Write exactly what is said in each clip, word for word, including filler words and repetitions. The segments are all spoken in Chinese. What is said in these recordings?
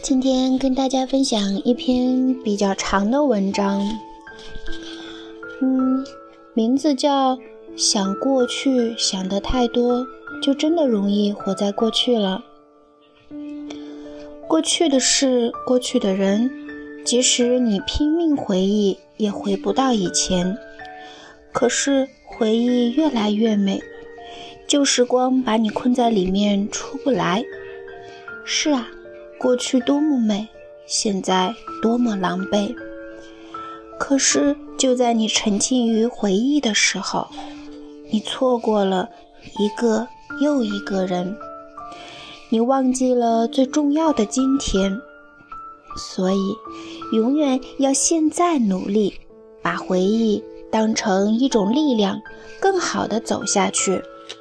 今天跟大家分享一篇比较长的文章，嗯，名字叫想过去想得太多，就真的容易活在过去了。过去的事，过去的人，即使你拼命回忆，也回不到以前。可是回忆越来越美，旧时光把你困在里面出不来。是啊，过去多么美，现在多么狼狈。可是就在你沉浸于回忆的时候，你错过了一个又一个人，你忘记了最重要的今天。所以永远要现在努力，把回忆当成一种力量，更好地走下去。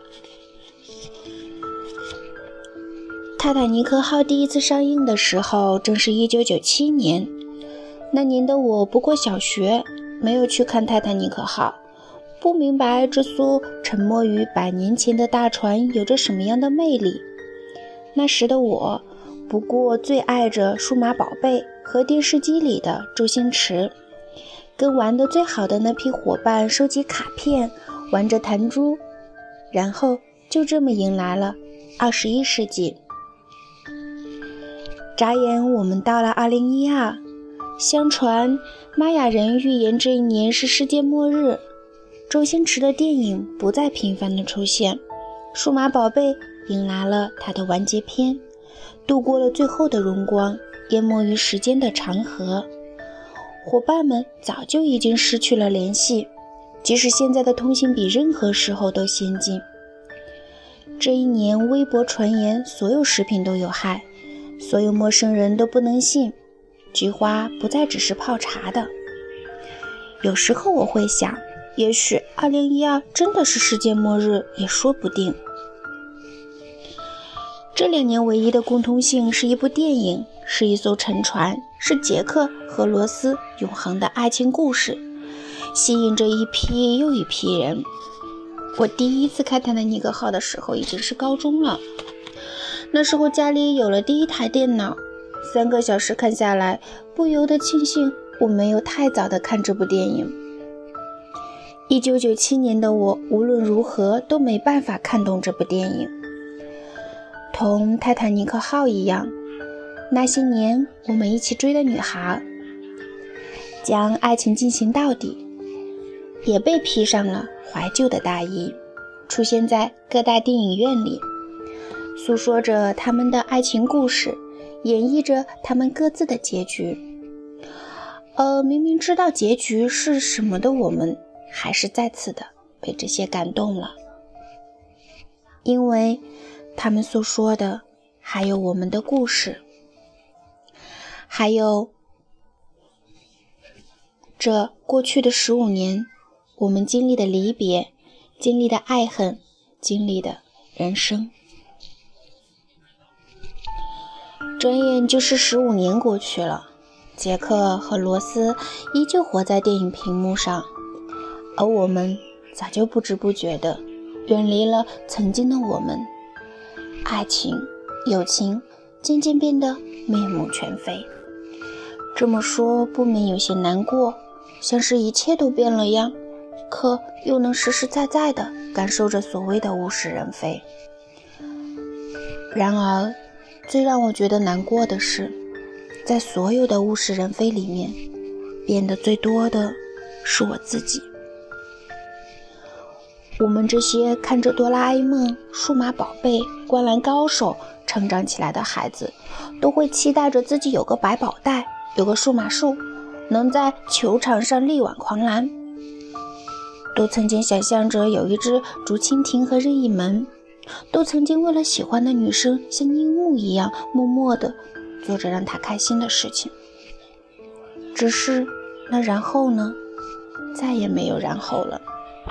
泰坦尼克号第一次上映的时候正是一九九七年，那年的我不过小学，没有去看泰坦尼克号，不明白这艘沉没于百年前的大船有着什么样的魅力。那时的我不过最爱着数码宝贝和电视机里的周星驰，跟玩得最好的那批伙伴收集卡片，玩着弹珠，然后就这么迎来了二十一世纪。眨眼我们到了二零一二，相传玛雅人预言这一年是世界末日，周星驰的电影不再频繁地出现，数码宝贝迎来了它的完结篇，度过了最后的荣光，淹没于时间的长河。伙伴们早就已经失去了联系，即使现在的通信比任何时候都先进。这一年微博传言所有食品都有害，所有陌生人都不能信，菊花不再只是泡茶的。有时候我会想，也许二零一二真的是世界末日也说不定。这两年唯一的共通性是一部电影，是一艘沉船，是杰克和罗斯永恒的爱情故事，吸引着一批又一批人。我第一次看泰坦尼克号的时候已经是高中了，那时候家里有了第一台电脑，三个小时看下来，不由得庆幸我没有太早的看这部电影。一九九七年的我无论如何都没办法看懂这部电影。同泰坦尼克号一样，那些年我们一起追的女孩，将爱情进行到底，也被披上了怀旧的大衣，出现在各大电影院里，诉说着他们的爱情故事，演绎着他们各自的结局。呃，明明知道结局是什么的我们，还是再次的被这些感动了，因为他们所说的还有我们的故事，还有这过去的十五年，我们经历的离别，经历的爱恨，经历的人生。转眼就是十五年过去了，杰克和罗斯依旧活在电影屏幕上，而我们早就不知不觉地远离了曾经的我们，爱情友情渐渐变得面目全非。这么说不免有些难过，像是一切都变了样，可又能实实在在地感受着所谓的物是人非。然而最让我觉得难过的是，在所有的物是人非里面，变得最多的是我自己。我们这些看着哆啦 A 梦、数码宝贝、灌篮高手成长起来的孩子，都会期待着自己有个百宝袋，有个数码树，能在球场上力挽狂澜，都曾经想象着有一只竹蜻蜓和任意门，都曾经为了喜欢的女生像樱木一样默默地做着让她开心的事情。只是那然后呢？再也没有然后了。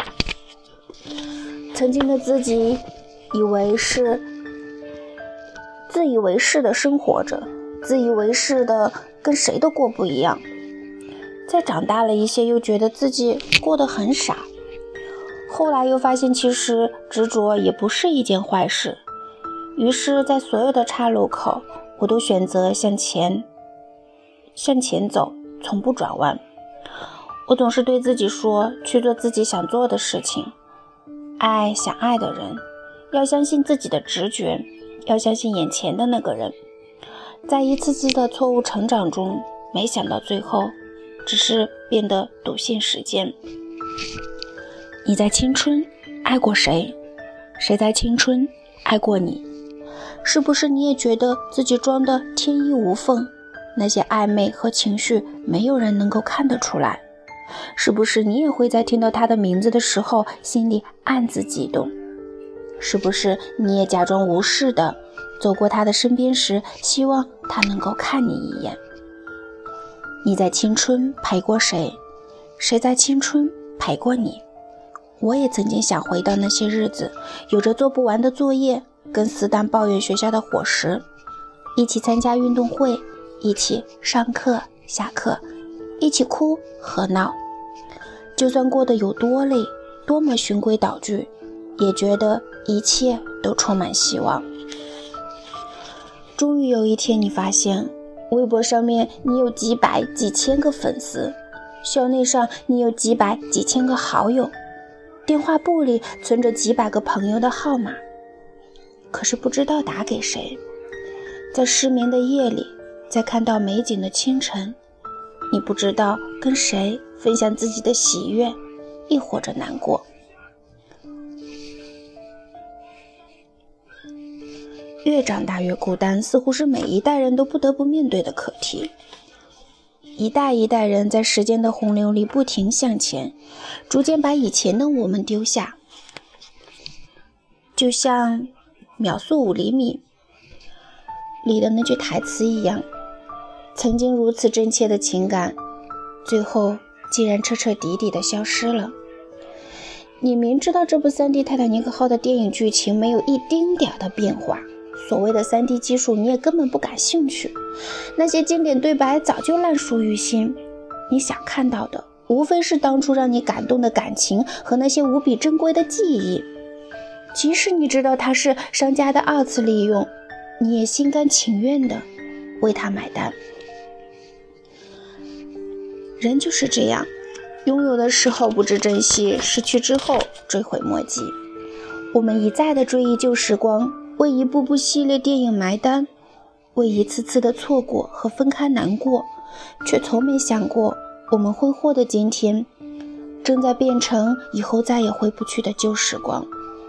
曾经的自己以为是自以为是的生活着，自以为是的跟谁都过不一样。再长大了一些，又觉得自己过得很傻。后来又发现其实执着也不是一件坏事。于是在所有的岔路口， 我都选择向前向前走，从不转弯。我总是对自己说，去做自己想做的事情，爱想爱的人，要相信自己的直觉，要相信眼前的那个人。在一次次的错误成长中，没想到最后只是变得笃信时间。你在青春爱过谁？谁在青春爱过你？是不是你也觉得自己装得天衣无缝？那些暧昧和情绪没有人能够看得出来？是不是你也会在听到他的名字的时候心里暗自激动？是不是你也假装无视的走过他的身边时，希望他能够看你一眼？你在青春陪过谁？谁在青春陪过你？我也曾经想回到那些日子，有着做不完的作业，跟死党抱怨学校的伙食，一起参加运动会，一起上课下课，一起哭和闹。就算过得有多累，多么循规蹈矩，也觉得一切都充满希望。终于有一天，你发现微博上面你有几百几千个粉丝，校内上你有几百几千个好友，电话簿里存着几百个朋友的号码，可是不知道打给谁。在失眠的夜里，在看到美景的清晨，你不知道跟谁分享自己的喜悦，亦或者难过。越长大越孤单，似乎是每一代人都不得不面对的课题。一代一代人在时间的洪流里不停向前，逐渐把以前的我们丢下。就像秒速五厘米里的那句台词一样，曾经如此真切的情感，最后竟然彻彻底底的消失了。你明知道这部 三 D 泰坦尼克号的电影剧情没有一丁点的变化，所谓的 三 D 技术你也根本不感兴趣，那些经典对白早就烂熟于心，你想看到的无非是当初让你感动的感情和那些无比珍贵的记忆。即使你知道它是商家的二次利用，你也心甘情愿的为它买单。人就是这样，拥有的时候不知珍惜，失去之后追悔莫及。我们一再的追忆旧时光，为一部部系列电影埋单，为一次次的错过和分开难过，却从没想过我们挥霍的今天正在变成以后再也回不去的旧时光。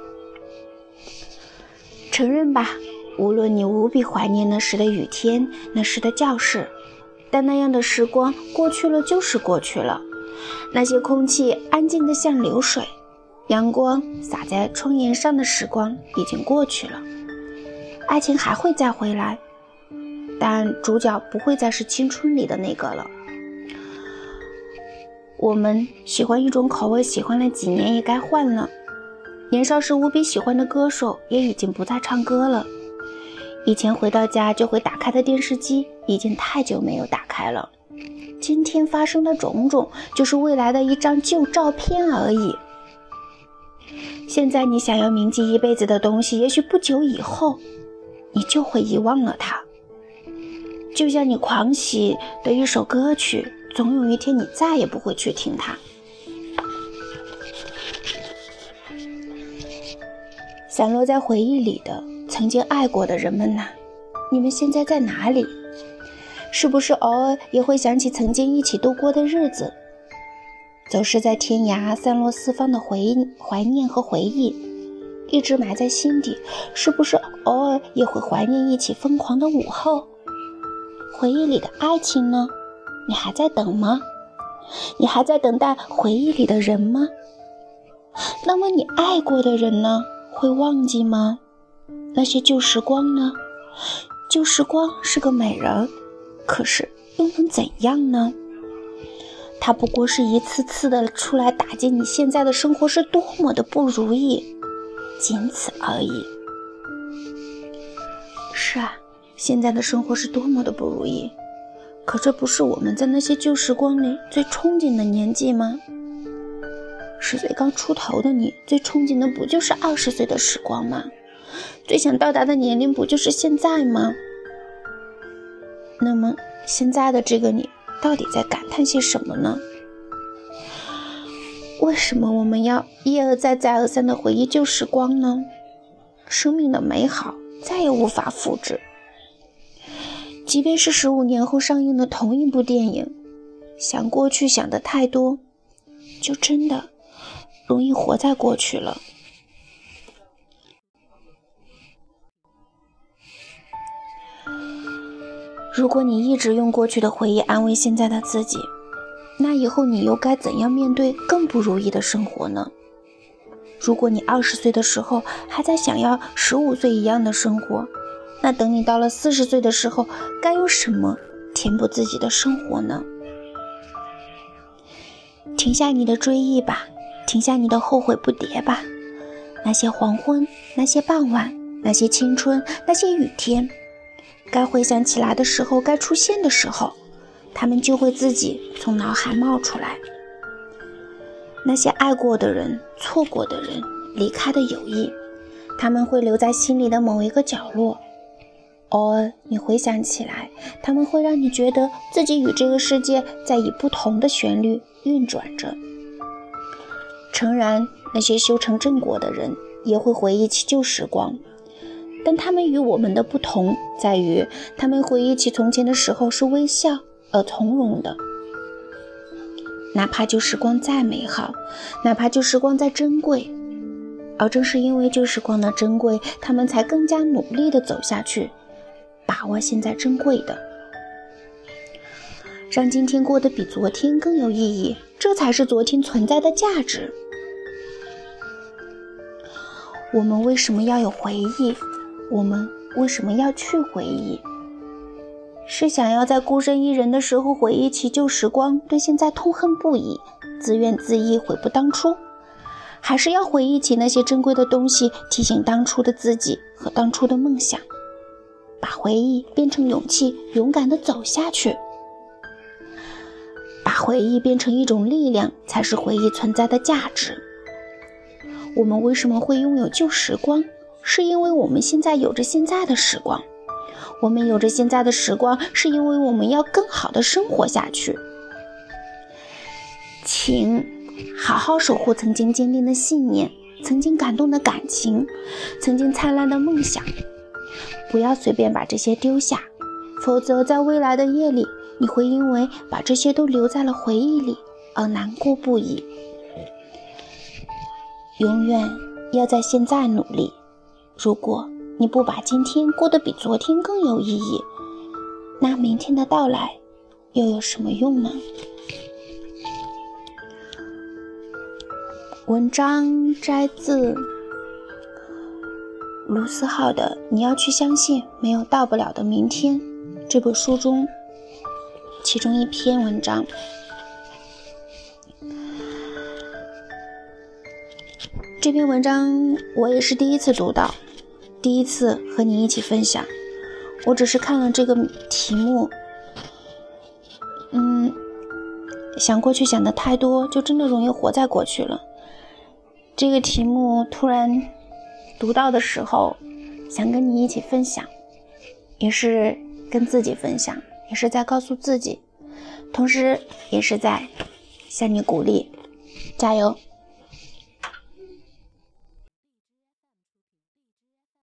承认吧，无论你无比怀念那时的雨天，那时的教室，但那样的时光过去了就是过去了。那些空气安静得像流水，阳光洒在窗沿上的时光已经过去了。爱情还会再回来，但主角不会再是青春里的那个了。我们喜欢一种口味，喜欢了几年也该换了。年少时无比喜欢的歌手也已经不再唱歌了。以前回到家就会打开的电视机已经太久没有打开了。今天发生的种种就是未来的一张旧照片而已。现在你想要铭记一辈子的东西，也许不久以后你就会遗忘了它。就像你狂喜的一首歌曲，总有一天你再也不会去听它。散落在回忆里的曾经爱过的人们呐，你们现在在哪里？是不是偶尔也会想起曾经一起度过的日子？走失在天涯散落四方的回忆怀念和回忆一直埋在心底，是不是偶尔也会怀念一起疯狂的午后？回忆里的爱情呢？你还在等吗？你还在等待回忆里的人吗？那么你爱过的人呢？会忘记吗？那些旧时光呢？旧时光是个美人，可是又能怎样呢？它不过是一次次的出来打击你现在的生活是多么的不如意，仅此而已。是啊，现在的生活是多么的不如意，可这不是我们在那些旧时光里最憧憬的年纪吗？十岁刚出头的你，最憧憬的不就是二十岁的时光吗？最想到达的年龄不就是现在吗？ 那么现在的这个你到底在感叹些什么呢？为什么我们要一而再再而三的回忆旧时光呢？生命的美好再也无法复制，即便是十五年后上映的同一部电影，想过去想得太多，就真的容易活在过去了。如果你一直用过去的回忆安慰现在的自己，那以后你又该怎样面对更不如意的生活呢？如果你二十岁的时候还在想要十五岁一样的生活，那等你到了四十岁的时候，该用什么填补自己的生活呢？停下你的追忆吧，停下你的后悔不迭吧。那些黄昏，那些傍晚，那些青春，那些雨天，该回想起来的时候，该出现的时候，他们就会自己从脑海冒出来。那些爱过的人，错过的人，离开的友谊，他们会留在心里的某一个角落。偶尔你回想起来，他们会让你觉得自己与这个世界在以不同的旋律运转着。诚然，那些修成正果的人也会回忆起旧时光，但他们与我们的不同在于，他们回忆起从前的时候是微笑而从容的。哪怕旧时光再美好，哪怕旧时光再珍贵，而正是因为旧时光的珍贵，他们才更加努力地走下去，把握现在珍贵的，让今天过得比昨天更有意义，这才是昨天存在的价值。我们为什么要有回忆？我们为什么要去回忆？是想要在孤身一人的时候回忆起旧时光，对现在痛恨不已，自怨自艾，悔不当初？还是要回忆起那些珍贵的东西，提醒当初的自己和当初的梦想，把回忆变成勇气，勇敢地走下去？把回忆变成一种力量，才是回忆存在的价值。我们为什么会拥有旧时光？是因为我们现在有着现在的时光。我们有着现在的时光，是因为我们要更好的生活下去。请好好守护曾经坚定的信念，曾经感动的感情，曾经灿烂的梦想。不要随便把这些丢下，否则在未来的夜里，你会因为把这些都留在了回忆里而难过不已。永远要在现在努力。如果你不把今天过得比昨天更有意义，那明天的到来又有什么用呢？文章摘自卢思浩的《你要去相信没有到不了的明天》这本书中其中一篇文章。这篇文章我也是第一次读到，第一次和你一起分享。我只是看了这个题目，嗯，想过去想的太多，就真的容易活在过去了。这个题目突然读到的时候，想跟你一起分享，也是跟自己分享，也是在告诉自己，同时也是在向你鼓励，加油。